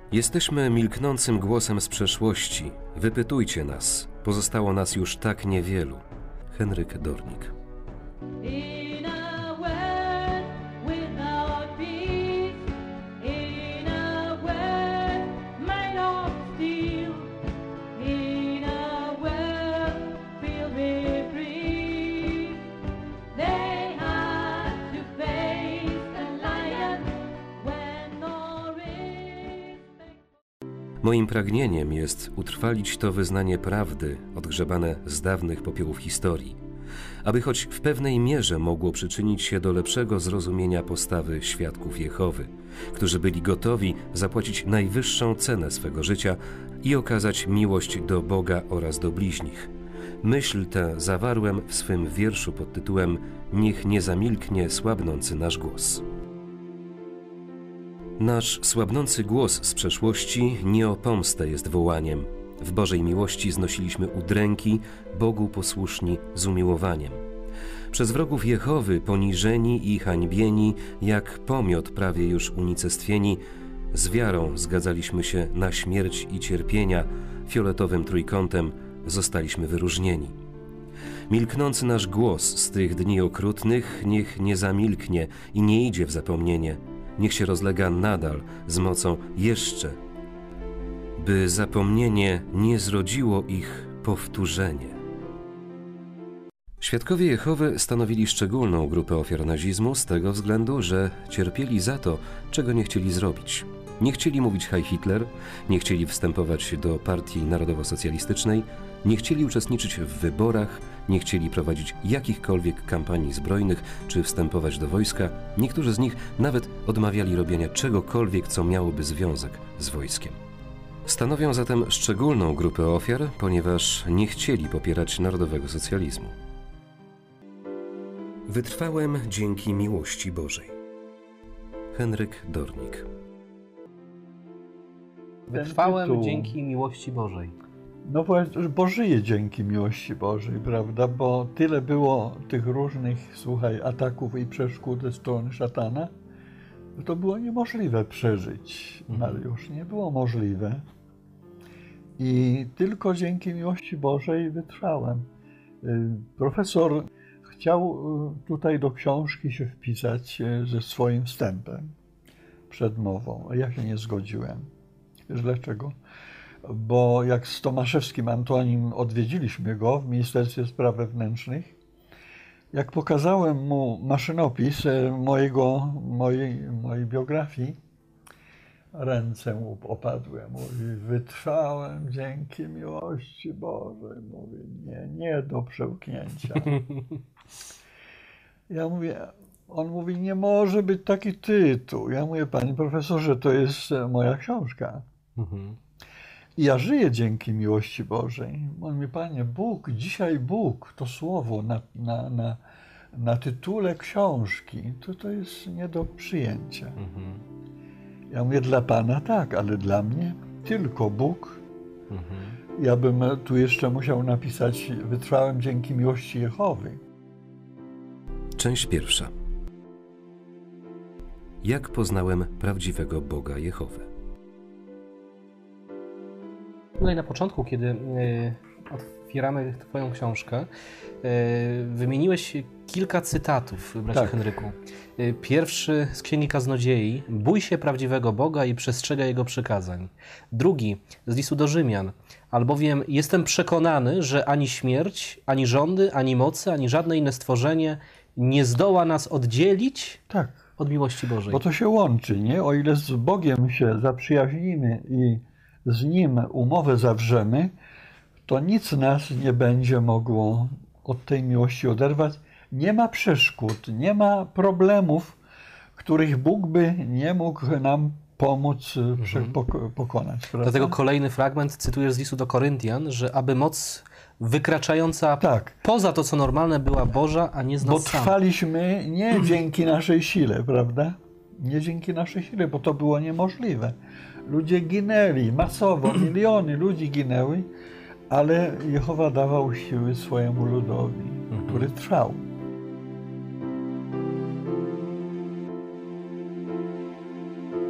Jesteśmy milknącym głosem z przeszłości. Wypytujcie nas. Pozostało nas już tak niewielu. Henryk Dornik. Moim pragnieniem jest utrwalić to wyznanie prawdy, odgrzebane z dawnych popiołów historii, aby choć w pewnej mierze mogło przyczynić się do lepszego zrozumienia postawy świadków Jehowy, którzy byli gotowi zapłacić najwyższą cenę swego życia i okazać miłość do Boga oraz do bliźnich. Myśl tę zawarłem w swym wierszu pod tytułem „Niech nie zamilknie słabnący nasz głos”. Nasz słabnący głos z przeszłości nie o pomstę jest wołaniem. W Bożej miłości znosiliśmy udręki, Bogu posłuszni z umiłowaniem. Przez wrogów Jehowy poniżeni i hańbieni, jak pomiot prawie już unicestwieni, z wiarą zgadzaliśmy się na śmierć i cierpienia, fioletowym trójkątem zostaliśmy wyróżnieni. Milknący nasz głos z tych dni okrutnych niech nie zamilknie i nie idzie w zapomnienie. Niech się rozlega nadal z mocą jeszcze, by zapomnienie nie zrodziło ich powtórzenie. Świadkowie Jehowy stanowili szczególną grupę ofiar nazizmu z tego względu, że cierpieli za to, czego nie chcieli zrobić. Nie chcieli mówić Heil Hitler, nie chcieli wstępować do partii narodowo-socjalistycznej, nie chcieli uczestniczyć w wyborach, nie chcieli prowadzić jakichkolwiek kampanii zbrojnych czy wstępować do wojska. Niektórzy z nich nawet odmawiali robienia czegokolwiek, co miałoby związek z wojskiem. Stanowią zatem szczególną grupę ofiar, ponieważ nie chcieli popierać narodowego socjalizmu. Wytrwałem dzięki miłości Bożej. Henryk Dornik. Wytrwałem dzięki miłości Bożej. No bo żyję dzięki miłości Bożej, prawda? Bo tyle było tych różnych, słuchaj, ataków i przeszkód ze strony szatana, że to było niemożliwe przeżyć. Ale już nie było możliwe. I tylko dzięki miłości Bożej wytrwałem. Profesor chciał tutaj do książki się wpisać ze swoim wstępem, przedmową. Ja się nie zgodziłem. Wiesz dlaczego? Bo jak z Tomaszewskim Antonim odwiedziliśmy go w Ministerstwie Spraw Wewnętrznych, jak pokazałem mu maszynopis mojej biografii, ręce mu opadły. Mówi, wytrwałem dzięki miłości Bożej. Mówi, nie do przełknięcia. Ja mówię, on mówi, nie może być taki tytuł. Ja mówię, panie profesorze, to jest moja książka. I ja żyję dzięki miłości Bożej. On mówi, panie, Bóg, dzisiaj Bóg, to słowo na tytule książki, to jest nie do przyjęcia. Ja mówię, dla pana tak, ale dla mnie tylko Bóg. Ja bym tu jeszcze musiał napisać, wytrwałem dzięki miłości Jehowy. Część pierwsza. Jak poznałem prawdziwego Boga Jehowy? Tutaj na początku, kiedy otwieramy Twoją książkę, wymieniłeś kilka cytatów, bracie Henryku. Pierwszy z Księgi Kaznodziei. Bój się prawdziwego Boga i przestrzegaj Jego przykazań. Drugi z listu do Rzymian. Albowiem jestem przekonany, że ani śmierć, ani rządy, ani mocy, ani żadne inne stworzenie nie zdoła nas oddzielić od miłości Bożej. Bo to się łączy, nie? O ile z Bogiem się zaprzyjaźnimy i z Nim umowę zawrzemy, to nic nas nie będzie mogło od tej miłości oderwać. Nie ma przeszkód, nie ma problemów, których Bóg by nie mógł nam pomóc pokonać. Prawda? Dlatego kolejny fragment cytujesz z listu do Koryntian, że aby moc wykraczająca poza to, co normalne, była Boża, a nie z nas Bo trwaliśmy nie dzięki naszej sile, prawda? Nie dzięki naszej sile, bo to było niemożliwe. Ludzie ginęli masowo, miliony ludzi ginęły, ale Jehowa dawał siły swojemu ludowi, który trwał.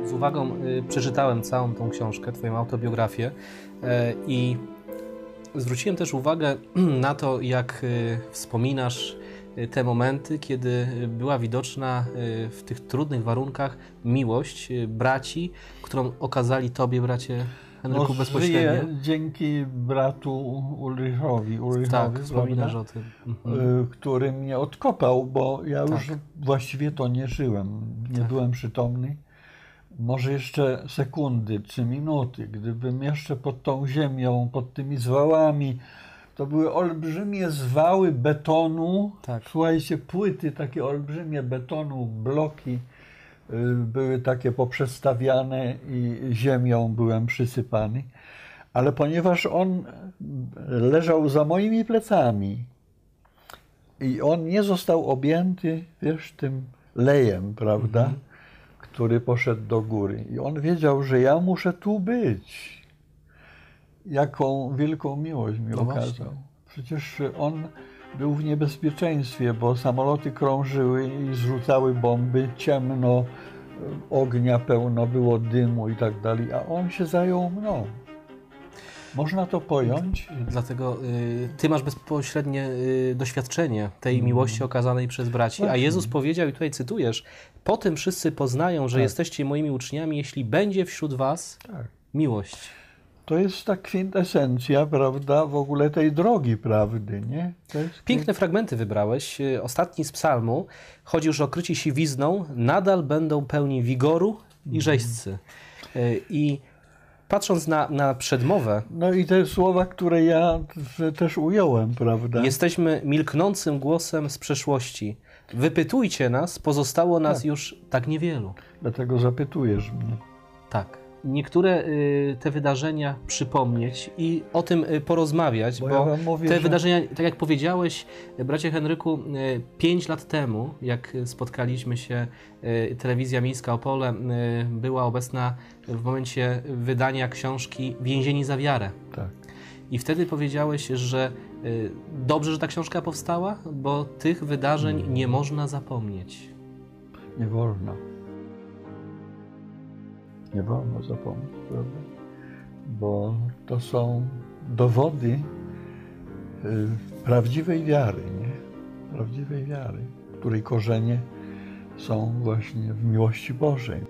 Z uwagą przeczytałem całą tą książkę, twoją autobiografię i zwróciłem też uwagę na to, jak wspominasz te momenty, kiedy była widoczna w tych trudnych warunkach miłość braci, którą okazali tobie, bracie Henryku, bezpośrednio. Dzięki bratu Ulrichowi, Tak, wspominasz o tym. Który mnie odkopał, bo ja już właściwie to nie żyłem, nie byłem przytomny. Może jeszcze sekundy czy minuty, gdybym jeszcze pod tą ziemią, pod tymi zwałami, to były olbrzymie zwały betonu, słuchajcie, płyty takie olbrzymie betonu, bloki były takie poprzestawiane i ziemią byłem przysypany. Ale ponieważ on leżał za moimi plecami i on nie został objęty, wiesz, tym lejem, prawda, który poszedł do góry. I on wiedział, że ja muszę tu być. Jaką wielką miłość mi okazał. Przecież on był w niebezpieczeństwie, bo samoloty krążyły i zrzucały bomby, ciemno, ognia pełno, było dymu i tak dalej, a on się zajął mną. Można to pojąć? Dlatego ty masz bezpośrednie doświadczenie tej miłości okazanej przez braci, a Jezus powiedział, i tutaj cytujesz, po tym wszyscy poznają, że jesteście moimi uczniami, jeśli będzie wśród was miłość. To jest ta kwintesencja, prawda, w ogóle tej drogi prawdy, nie? Piękne fragmenty wybrałeś. Ostatni z psalmu. Chodzi już o okryci siwizną, nadal będą pełni wigoru i rzeźcy. I patrząc na przedmowę... No i te słowa, które ja też ująłem, prawda? Jesteśmy milknącym głosem z przeszłości. Wypytujcie nas, pozostało nas już tak niewielu. Dlatego zapytujesz mnie. Tak. Niektóre te wydarzenia przypomnieć i o tym porozmawiać, bo ja mówię, te wydarzenia, tak jak powiedziałeś, bracie Henryku, 5 lat temu, jak spotkaliśmy się, Telewizja Miejska Opole była obecna w momencie wydania książki Więzieni za wiarę. Tak. I wtedy powiedziałeś, że dobrze, że ta książka powstała, bo tych wydarzeń nie można zapomnieć. Nie wolno. Nie wolno zapomnieć, prawda? Bo to są dowody prawdziwej wiary, nie? Prawdziwej wiary, której korzenie są właśnie w miłości Bożej.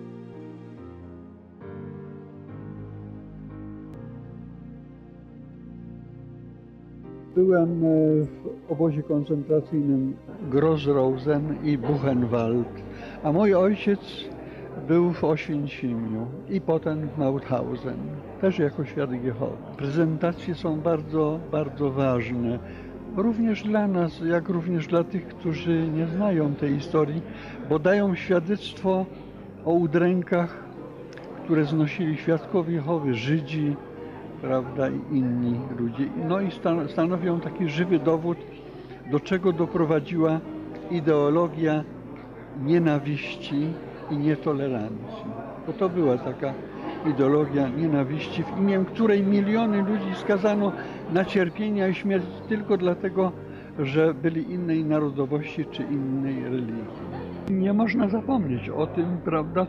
Byłem w obozie koncentracyjnym Grossrosen i Buchenwald, a mój ojciec był w Oświęcimiu i potem w Mauthausen, też jako świadek Jehowy. Prezentacje są bardzo, bardzo ważne, również dla nas, jak również dla tych, którzy nie znają tej historii, bo dają świadectwo o udrękach, które znosili świadkowie Jehowy, Żydzi, prawda, i inni ludzie. No i stanowią taki żywy dowód, do czego doprowadziła ideologia nienawiści i nietolerancji. Bo to była taka ideologia nienawiści, w imię której miliony ludzi skazano na cierpienia i śmierć tylko dlatego, że byli innej narodowości czy innej religii. Nie można zapomnieć o tym, prawda,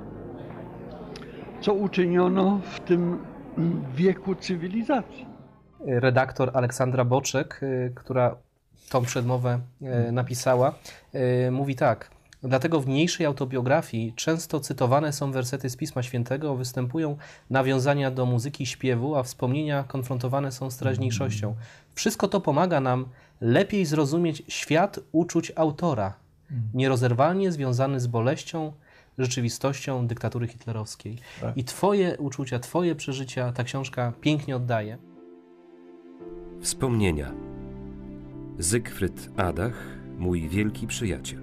co uczyniono w tym wieku cywilizacji. Redaktor Aleksandra Boczek, która tą przedmowę napisała, mówi tak. Dlatego w niniejszej autobiografii często cytowane są wersety z Pisma Świętego, występują nawiązania do muzyki, śpiewu, a wspomnienia konfrontowane są z teraźniejszością. Wszystko to pomaga nam lepiej zrozumieć świat uczuć autora, nierozerwalnie związany z boleścią, rzeczywistością dyktatury hitlerowskiej. Tak. I twoje uczucia, twoje przeżycia ta książka pięknie oddaje. Wspomnienia. Zygfryd Adach, mój wielki przyjaciel.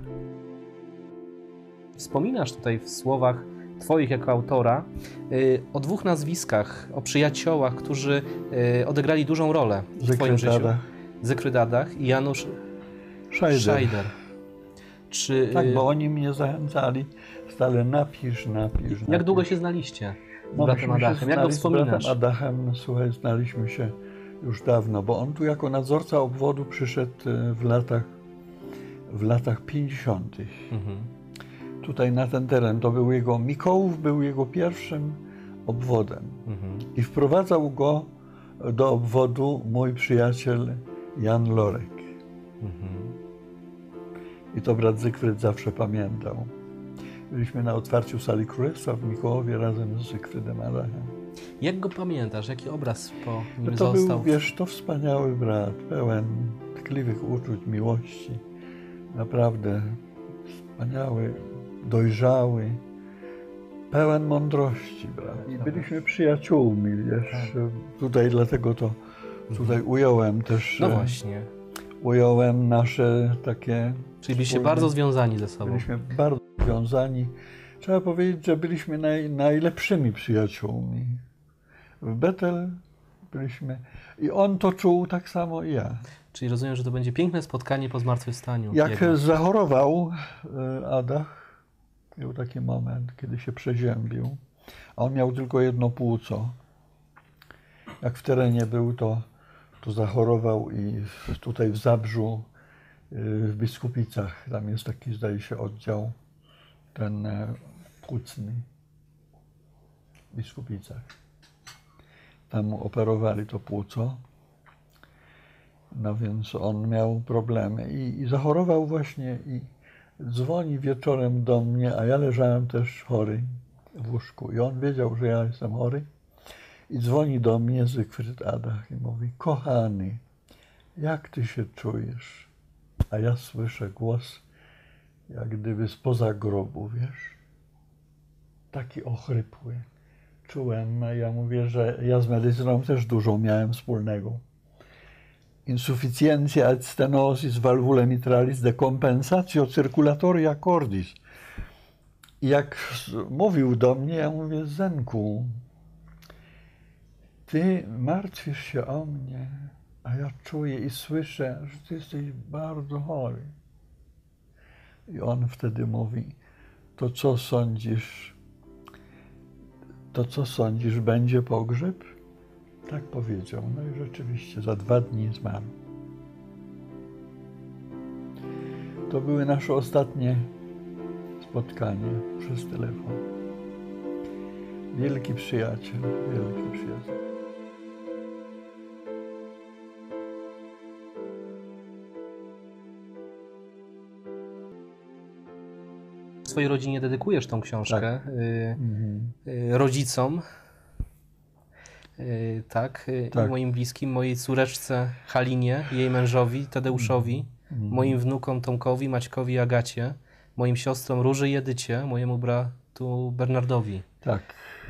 Wspominasz tutaj w słowach twoich jako autora o dwóch nazwiskach, o przyjaciołach, którzy odegrali dużą rolę w twoim życiu. Zygfryd Adach i Janusz Scheider. Tak, bo oni mnie zachęcali stale napisz. Jak długo się znaliście z bratem Adachem? Jak go wspominasz? Z bratem Adachem, słuchaj, znaliśmy się już dawno, bo on tu jako nadzorca obwodu przyszedł w latach 50. tutaj na ten teren. To był Mikołów był jego pierwszym obwodem. I wprowadzał go do obwodu mój przyjaciel Jan Lorek. I to brat Zygfryd zawsze pamiętał. Byliśmy na otwarciu Sali Królestwa w Mikołowie razem z Zygfrydem Adachem. Jak go pamiętasz? Jaki obraz po nim To został? był, wiesz, to wspaniały brat, pełen tkliwych uczuć, miłości. Naprawdę wspaniały, dojrzały, pełen mądrości, brat. I byliśmy przyjaciółmi, wiesz. Tutaj dlatego to tutaj ująłem też. No właśnie. Ująłem nasze takie. Czyli byliście bardzo związani ze sobą. Byliśmy bardzo związani. Trzeba powiedzieć, że byliśmy najlepszymi przyjaciółmi. W Betel byliśmy. I on to czuł tak samo i ja. Czyli rozumiem, że to będzie piękne spotkanie po zmartwychwstaniu. Jak zachorował Adach, był taki moment, kiedy się przeziębił, a on miał tylko jedno płuco. Jak w terenie był, to zachorował i tutaj w Zabrzu, w Biskupicach, tam jest taki, zdaje się, oddział ten płucny w Biskupicach. Tam mu operowali to płuco. No więc on miał problemy i zachorował właśnie i dzwoni wieczorem do mnie, a ja leżałem też chory w łóżku i on wiedział, że ja jestem chory i dzwoni do mnie Zygfryd Adach i mówi: kochany, jak ty się czujesz? A ja słyszę głos jak gdyby spoza grobu, wiesz? Taki ochrypły. Czułem, ja mówię, że ja z medycyną też dużo miałem wspólnego. Insuficjencja et stenosis valvulae mitralis decompensatio circulatoria cordis. I jak mówił do mnie, ja mówię: Zenku, ty martwisz się o mnie, a ja czuję i słyszę, że ty jesteś bardzo chory. I on wtedy mówi: to co sądzisz, będzie pogrzeb? Tak powiedział. No i rzeczywiście za 2 dni zmarł. To były nasze ostatnie spotkanie przez telefon. Wielki przyjaciel, wielki przyjaciel. Swojej rodzinie dedykujesz tą książkę, rodzicom, tak, i moim bliskim, mojej córeczce Halinie, jej mężowi Tadeuszowi, moim wnukom Tomkowi, Maćkowi i Agacie, moim siostrom Róży i Edycie, mojemu bratu Bernardowi. Tak.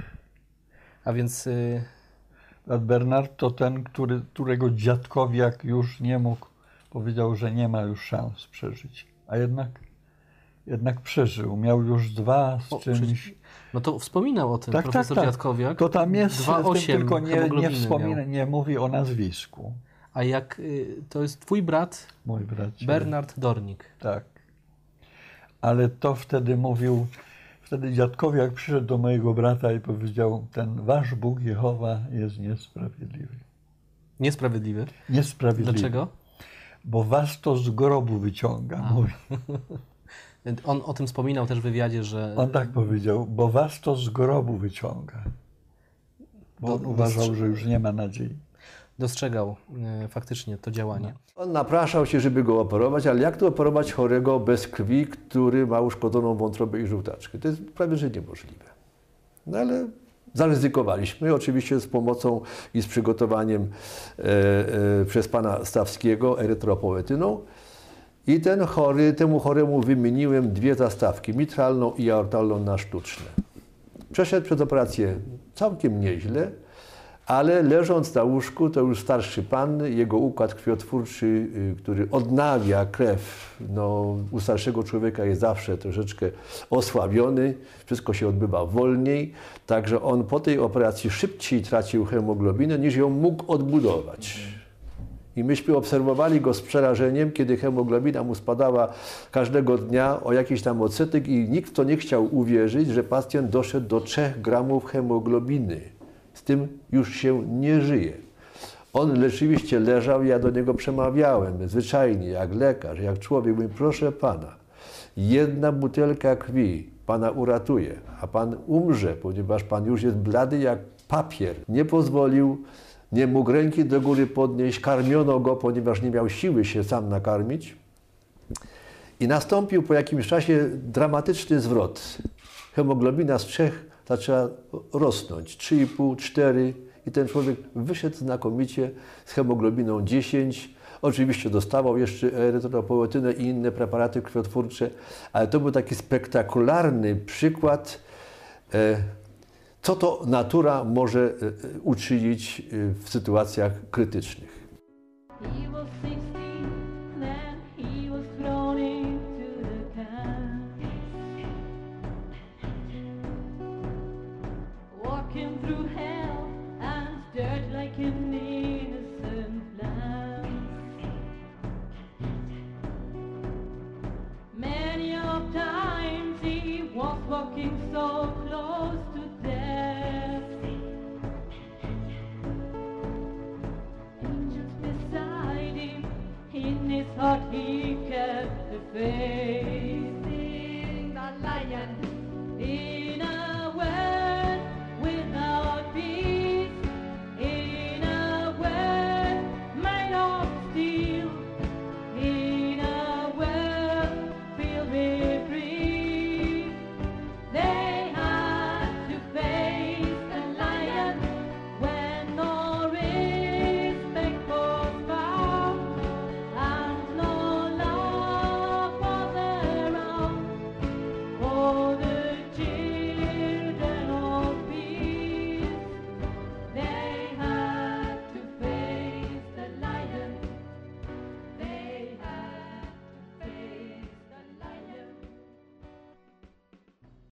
A więc... Brat Bernard to ten, którego dziadkowi, jak już nie mógł, powiedział, że nie ma już szans przeżyć. A jednak przeżył. Miał już 2 z czymś. No to wspominał o tym profesor Dziadkowiak. To tam jest, 2,8 tylko nie wspomina, nie mówi o nazwisku. A jak to jest twój brat? Mój brat. Bernard Dornik. Tak. Ale to wtedy mówił, dziadkowiak przyszedł do mojego brata i powiedział: ten wasz Bóg Jehowa jest niesprawiedliwy. Niesprawiedliwy? Niesprawiedliwy. Dlaczego? Bo was to z grobu wyciąga, mówi. On o tym wspominał też w wywiadzie, że... On tak powiedział: bo was to z grobu wyciąga. Bo on uważał, że już nie ma nadziei. Dostrzegał faktycznie to działanie. On napraszał się, żeby go operować, ale jak to operować chorego bez krwi, który ma uszkodzoną wątrobę i żółtaczkę? To jest prawie że niemożliwe. No ale zaryzykowaliśmy, oczywiście z pomocą i z przygotowaniem przez pana Stawskiego erytropoetyną. I temu choremu wymieniłem 2 zastawki, mitralną i aortalną na sztuczne. Przeszedł przez operację całkiem nieźle, ale leżąc na łóżku, to już starszy pan, jego układ krwiotwórczy, który odnawia krew, no, u starszego człowieka jest zawsze troszeczkę osłabiony, wszystko się odbywa wolniej, także on po tej operacji szybciej tracił hemoglobinę, niż ją mógł odbudować. I myśmy obserwowali go z przerażeniem, kiedy hemoglobina mu spadała każdego dnia o jakiś tam odsetek i nikt w to nie chciał uwierzyć, że pacjent doszedł do 3 gramów hemoglobiny. Z tym już się nie żyje. On rzeczywiście leżał, ja do niego przemawiałem, zwyczajnie, jak lekarz, jak człowiek. Mówię: proszę pana, jedna butelka krwi Pana uratuje, a Pan umrze, ponieważ Pan już jest blady jak papier. Nie pozwolił, nie mógł ręki do góry podnieść, karmiono go, ponieważ nie miał siły się sam nakarmić. I nastąpił po jakimś czasie dramatyczny zwrot. Hemoglobina z 3 zaczęła rosnąć, 3,5, 4 i ten człowiek wyszedł znakomicie z hemoglobiną 10. Oczywiście dostawał jeszcze erytropoetynę i inne preparaty krwiotwórcze, ale to był taki spektakularny przykład, co to natura może uczynić w sytuacjach krytycznych. Walking so close to death, angels beside him, in his heart he kept the faith. The lion